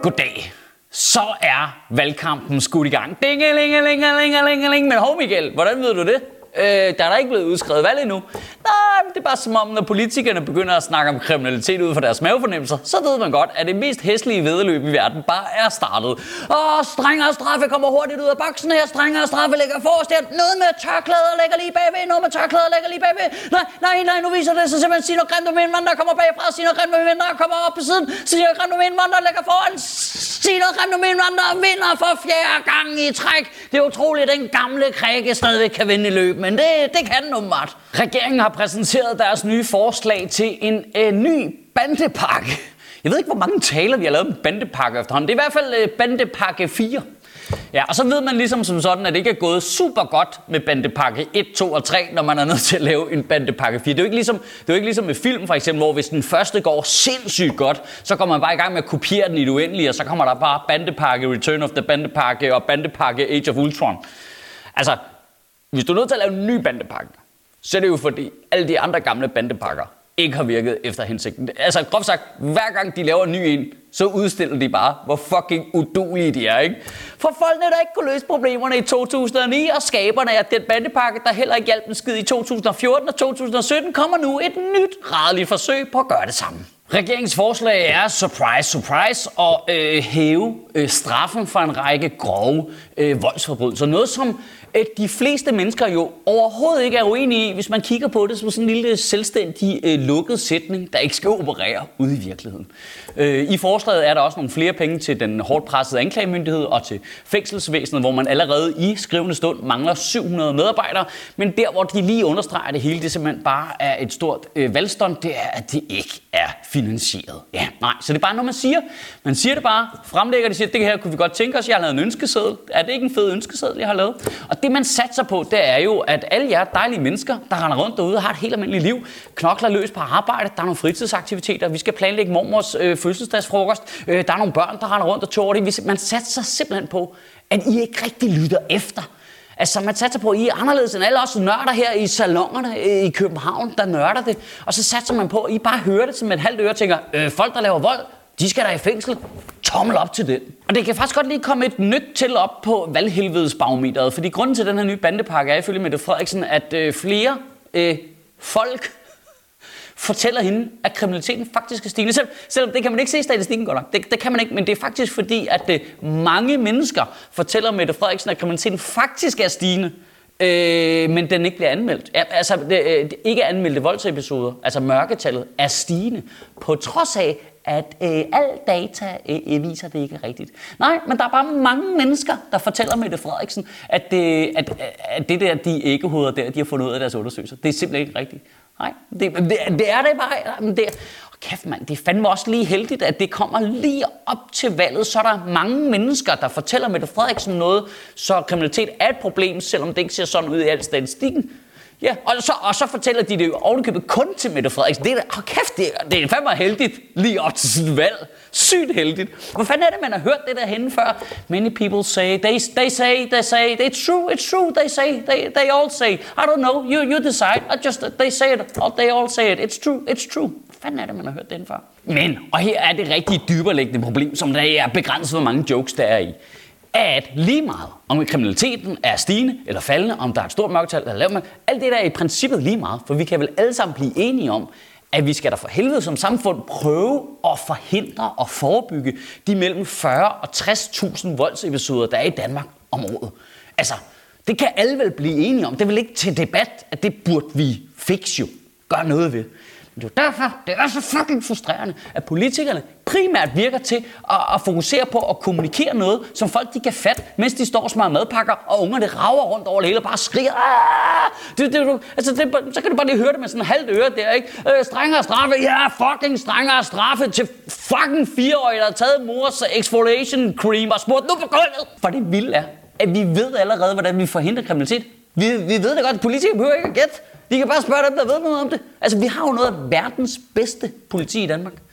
Goddag. Så er valgkampen skudt i gang. Dingelingelingelingelingeling. Men hov Michael, hvordan ved du det? Der er der ikke blevet udskrevet valg endnu. Nej, det er bare som om, når politikerne begynder at snakke om kriminalitet ud fra deres mavefornemmelser, så ved man godt, at det mest hæslige væddeløb i verden bare er startet. Strengere straffe kommer hurtigt ud af boksen her. Strengere straffe ligger forrest her. Noget med tørklæder ligger lige bagved. Noget med tørklæder ligger lige bagved. Nej, nu viser det sig simpelthen. Sig noget grimt om indvandrere kommer bagfra. Sig noget grimt om indvandrere kommer op på siden. Sig noget grimt om indvandrere ligger foran. Sig noget grimt om indvandrere vinder for 4. gang i træk. Det er utroligt, at den gamle krække stadigvæk kan vinde i løb. Men det kan den åbenbart. Regeringen har præsenteret deres nye forslag til en ny bandepakke. Jeg ved ikke, hvor mange taler vi har lavet om bandepakke efterhånden. Det er i hvert fald bandepakke 4. Ja, og så ved man ligesom som sådan, at det ikke er gået super godt med bandepakke 1, 2 og 3, når man er nødt til at lave en bandepakke 4. Det er jo ikke ligesom med film for eksempel, hvor hvis den første går sindssygt godt, så kommer man bare i gang med at kopiere den i det uendelige, og så kommer der bare bandepakke Return of the Bandepakke og bandepakke Age of Ultron. Altså, hvis du er nødt til at lave en ny bandepakke, så er det jo fordi alle de andre gamle bandepakker ikke har virket efter hensigten. Altså groft sagt, hver gang de laver en ny en, så udstiller de bare, hvor fucking uduelige de er, ikke? For folkene, der ikke kunne løse problemerne i 2009, og skaberne af den bandepakke, der heller ikke hjalp en skid i 2014 og 2017, kommer nu et nyt rædeligt forsøg på at gøre det samme. Regeringens forslag er, surprise, at hæve straffen for en række grove voldsforbrydelser. Noget som de fleste mennesker jo overhovedet ikke er uenige i, hvis man kigger på det som sådan en lille selvstændig lukket sætning, der ikke skal operere ude i virkeligheden. I forslaget er der også nogle flere penge til den hårdt pressede anklagemyndighed og til fængselsvæsenet, hvor man allerede i skrivende stund mangler 700 medarbejdere. Men der, hvor de lige understreger det hele, det simpelthen bare er et stort valgstunt, det er, at det ikke er finansieret. Ja, nej, så det er bare noget, man siger. Man siger det bare, fremlægger det, siger, det her kunne vi godt tænke os, jeg har lavet en ønskeseddel. Er det ikke en fed ønskeseddel, jeg har lavet? Og det, man satser på, det er jo, at alle jer dejlige mennesker, der render rundt derude og har et helt almindeligt liv, knokler løs på arbejde, der er nogle fritidsaktiviteter, vi skal planlægge mormors fødselsdagsfrokost, der er nogle børn, der render rundt og tår det. Man satser simpelthen på, at I ikke rigtig lytter efter. Altså, man satser på, at I er anderledes end alle os nørder her i salongerne i København, der nørder det. Og så satser man på, at I bare hører det som et halvt øre og tænker, folk, der laver vold, de skal der i fængsel. Tommel op til den. Og det kan faktisk godt lige komme et nyt til op på valghelvedesbarometeret, fordi grunden til den her nye bandepakke er ifølge Mette Frederiksen, at flere folk fortæller hende, at kriminaliteten faktisk er stigende. Selvom det kan man ikke se i statistikken godt nok. Det kan man ikke, men det er faktisk fordi, at mange mennesker fortæller Mette Frederiksen, at kriminaliteten faktisk er stigende, men den ikke bliver anmeldt. Altså, ikke anmeldte voldsepisoder, altså mørketallet, er stigende, på trods af, at al data viser, at det ikke er rigtigt. Nej, men der er bare mange mennesker, der fortæller Mette Frederiksen, at det der, de æggehoveder der, de har fundet ud af deres undersøgelser, det er simpelthen ikke rigtigt. Nej, det er det bare. Kæft mand, det er fandme også lige heldigt, at det kommer lige op til valget, så er der mange mennesker, der fortæller Mette Frederiksen noget, så kriminalitet er et problem, selvom det ikke ser sådan ud i al statistikken. Ja, og så fortæller de det jo ovenikøbet kun til Mette Frederiksen. Det er kæft, det er fandme heldigt lige op til sådan et valg. Sygt heldigt. Hvor fanden er det, man har hørt det der henne før? Many people say, they say, it's true, they all say. I don't know, you decide, they say it, they all say it, it's true. Hvor fanden er det, man har hørt det henne før? Men, og her er det rigtig dybereliggende problem, som der er begrænset, hvor mange jokes der er i. At lige meget, om kriminaliteten er stigende eller faldende, om der er et stort mørketal eller lavt mørketal, alt det der er i princippet lige meget, for vi kan vel alle sammen blive enige om, at vi skal da for helvede som samfund prøve at forhindre og forebygge de mellem 40 og 60.000 voldsepisoder, der er i Danmark om året. Altså, det kan alle vel blive enige om. Det er vel ikke til debat, at det burde vi fikse jo. Gøre noget ved. Men det er derfor, det er så fucking frustrerende, at politikerne primært virker til at fokusere på at kommunikere noget, som folk de kan fatte, mens de står og smager madpakker, og ungerne rager rundt over det hele og bare skriger. Så kan du bare lige høre det med sådan en halvt øre der, ikke? Strengere straffe, ja, fucking strengere straffe til fucking 4-årige, der har taget mors exfoliation cream og smurt nu på gulvet. For det vilde er, at vi ved allerede, hvordan vi forhindrer kriminalitet. Vi ved det godt, at politikere behøver ikke at gætte. De kan bare spørge dem, der ved noget om det. Altså, vi har jo noget af verdens bedste politi i Danmark.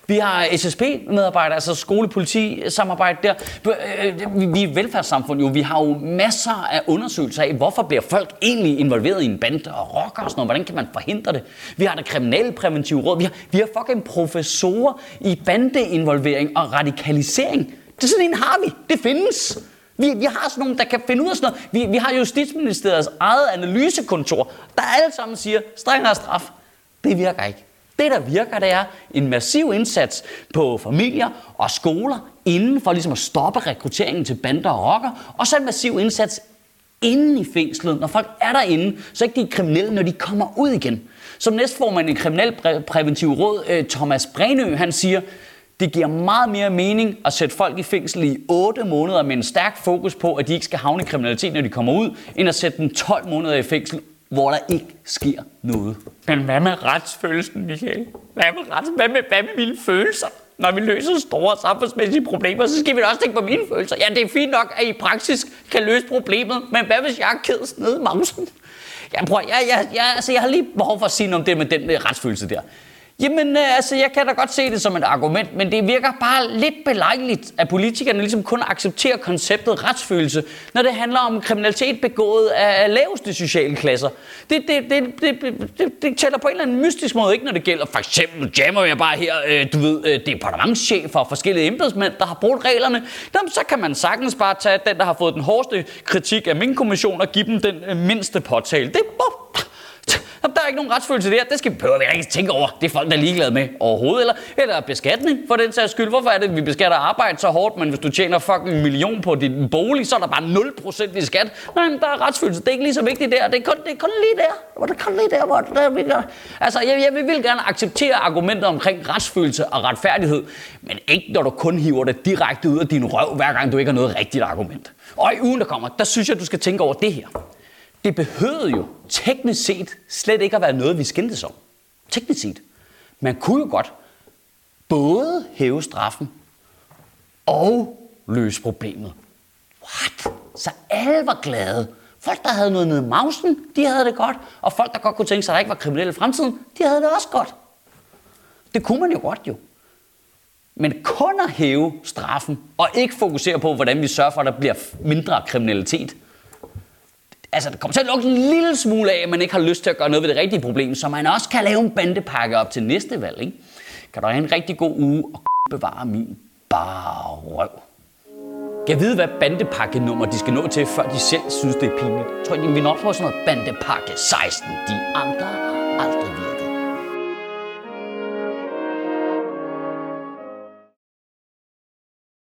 Vi har SSP-medarbejdere, altså skole-politi-samarbejde der. Vi er et velfærdssamfund jo. Vi har jo masser af undersøgelser af, hvorfor bliver folk egentlig involveret i en bande og rocker og sådan noget. Hvordan kan man forhindre det? Vi har det kriminalpræventive råd. Vi har fucking professorer i bandeinvolvering og radikalisering. Det er sådan en har vi. Det findes. Vi har sådan nogen, der kan finde ud af sådan noget. Vi har Justitsministeriets eget analysekontor, der alle sammen siger, strengere straf, det virker ikke. Det, der virker, det er en massiv indsats på familier og skoler inden for ligesom at stoppe rekrutteringen til bander og rocker, og så en massiv indsats inde i fængslet, når folk er derinde, så ikke de er kriminelle, når de kommer ud igen. Som næstformand i Kriminalpræventiv Råd, Thomas Brænø, han siger, det giver meget mere mening at sætte folk i fængsel i 8 måneder med en stærk fokus på, at de ikke skal havne i kriminalitet, når de kommer ud, end at sætte dem 12 måneder i fængsel, hvor der ikke sker noget. Men hvad med retsfølelsen, Michael? Hvad med mine følelser? Når vi løser store samfundsmæssige problemer, så skal vi da også tænke på mine følelser. Ja, det er fint nok, at I praktisk kan løse problemet, men hvad hvis jeg er keds nede i mausen? Jeg har lige behov for at sige noget om det med den retsfølelse der. Jamen, jeg kan da godt se det som et argument, men det virker bare lidt belejligt, at politikerne ligesom kun accepterer konceptet retsfølelse, når det handler om kriminalitet begået af laveste sociale klasser. Det tæller på en eller anden mystisk måde ikke, når det gælder. For eksempel jammer jeg bare her, departementschefer og forskellige embedsmænd, der har brugt reglerne. Jamen, så kan man sagtens bare tage den, der har fået den hårdeste kritik af min kommission, og give dem den mindste påtale. Der er ikke nogen retsfølelse der. Det skal vi ikke tænke over. Det er folk, der er ligeglade med overhovedet. Eller beskatning for den sags skyld. Hvorfor er det, at vi beskatter arbejde så hårdt, men hvis du tjener fucking 1 million på din bolig, så er der bare 0% i skat? Nej, der er retsfølelse. Det er ikke lige så vigtigt der. Det er kun lige der. Altså, jeg vil gerne acceptere argumentet omkring retsfølelse og retfærdighed, men ikke når du kun hiver det direkte ud af din røv, hver gang du ikke har noget rigtigt argument. Og i ugen, der kommer, der synes jeg, du skal tænke over det her. Det behøvede jo teknisk set slet ikke at være noget, vi skændtes om. Teknisk set. Man kunne jo godt både hæve straffen og løse problemet. What? Så alle var glade. Folk, der havde noget nede i mausen, de havde det godt. Og folk, der godt kunne tænke sig, at der ikke var kriminelle i fremtiden, de havde det også godt. Det kunne man jo godt jo. Men kun at hæve straffen og ikke fokusere på, hvordan vi sørger for, at der bliver mindre kriminalitet. Altså, det kommer til at lukke en lille smule af, at man ikke har lyst til at gøre noget ved det rigtige problem, så man også kan lave en bandepakke op til næste valg, ikke? Kan du have en rigtig god uge og bevare min bare røv. Kan jeg vide, hvad bandepakkenummer de skal nå til, før de selv synes, det er pinligt? Tror jeg, de vil nå på sådan noget bandepakke 16. De andre aldrig vil.